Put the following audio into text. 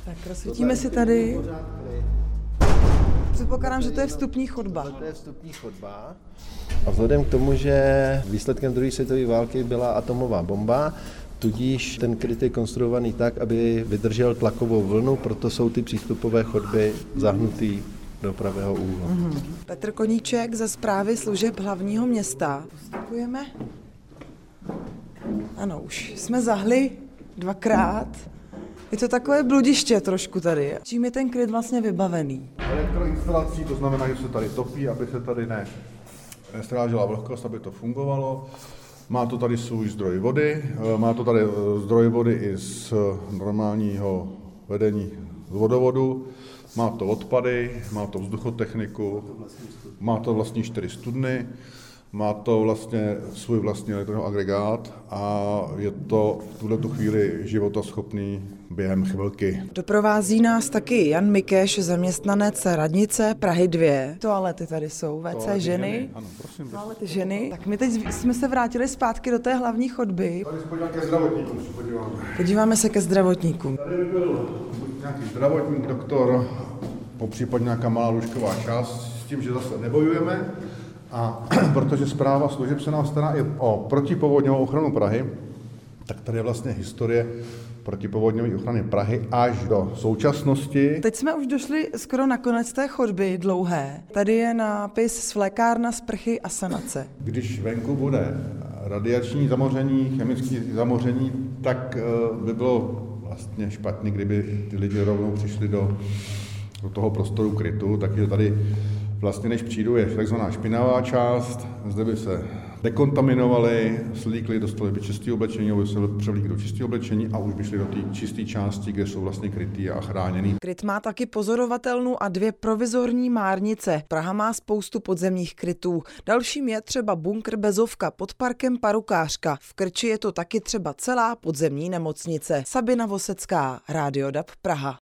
Tak rozsvítíme si tady. Předpokládám, že to je vstupní chodba. To je vstupní chodba. A vzhledem k tomu, že výsledkem druhé světové války byla atomová bomba, tudíž ten kryt je konstruovaný tak, aby vydržel tlakovou vlnu, proto jsou ty přístupové chodby zahnutý do pravého úhlu. Petr Koníček ze Správy služeb hlavního města. Vstupujeme. Ano, už jsme zahli 2krát. Je to takové bludiště trošku tady. Čím je ten kryt vlastně vybavený? Elektroinstalací, to znamená, že se tady topí, aby se tady nestrážela vlhkost, aby to fungovalo. Má to tady svůj zdroj vody, má to tady zdroj vody i z normálního vedení z vodovodu, má to odpady, má to vzduchotechniku, má to vlastní 4 studny, má to vlastně svůj vlastní elektroagregát a je to v tuhletu chvíli životaschopný během chvilky. Doprovází nás taky Jan Mikeš, zaměstnanec radnice Prahy 2. Toalety tady jsou, WC ženy. Ano, prosím. Toalety ženy. Tak my teď jsme se vrátili zpátky do té hlavní chodby. Tady se podíváme ke zdravotníkům. Podíváme se ke zdravotníkům. Tady by byl nějaký zdravotník, doktor, popřípadně nějaká malá lůžková část, s tím, že zase nebojujeme. A protože Správa služeb se nám stará i o protipovodňovou ochranu Prahy, tak tady je vlastně historie protipovodňové ochrany Prahy až do současnosti. Teď jsme už došli skoro na konec té chodby dlouhé. Tady je nápis Svlékárna, sprchy a sanace. Když venku bude radiační zamoření, chemické zamoření, tak by bylo vlastně špatně, kdyby ty lidi rovnou přišli do toho prostoru krytu, takže tady vlastně než přijdu je takzvaná špinavá část, zde by se dekontaminovali, slíkli, dostali by čisté oblečení, aby se převlíkli do čisté oblečení a už by šli do té čisté části, kde jsou vlastně krytý a chráněný. Kryt má taky pozorovatelnu a 2 provizorní márnice. Praha má spoustu podzemních krytů. Dalším je třeba bunkr Bezovka pod parkem Parukářka. V Krči je to taky třeba celá podzemní nemocnice. Sabina Vosecká, Rádio DAB Praha.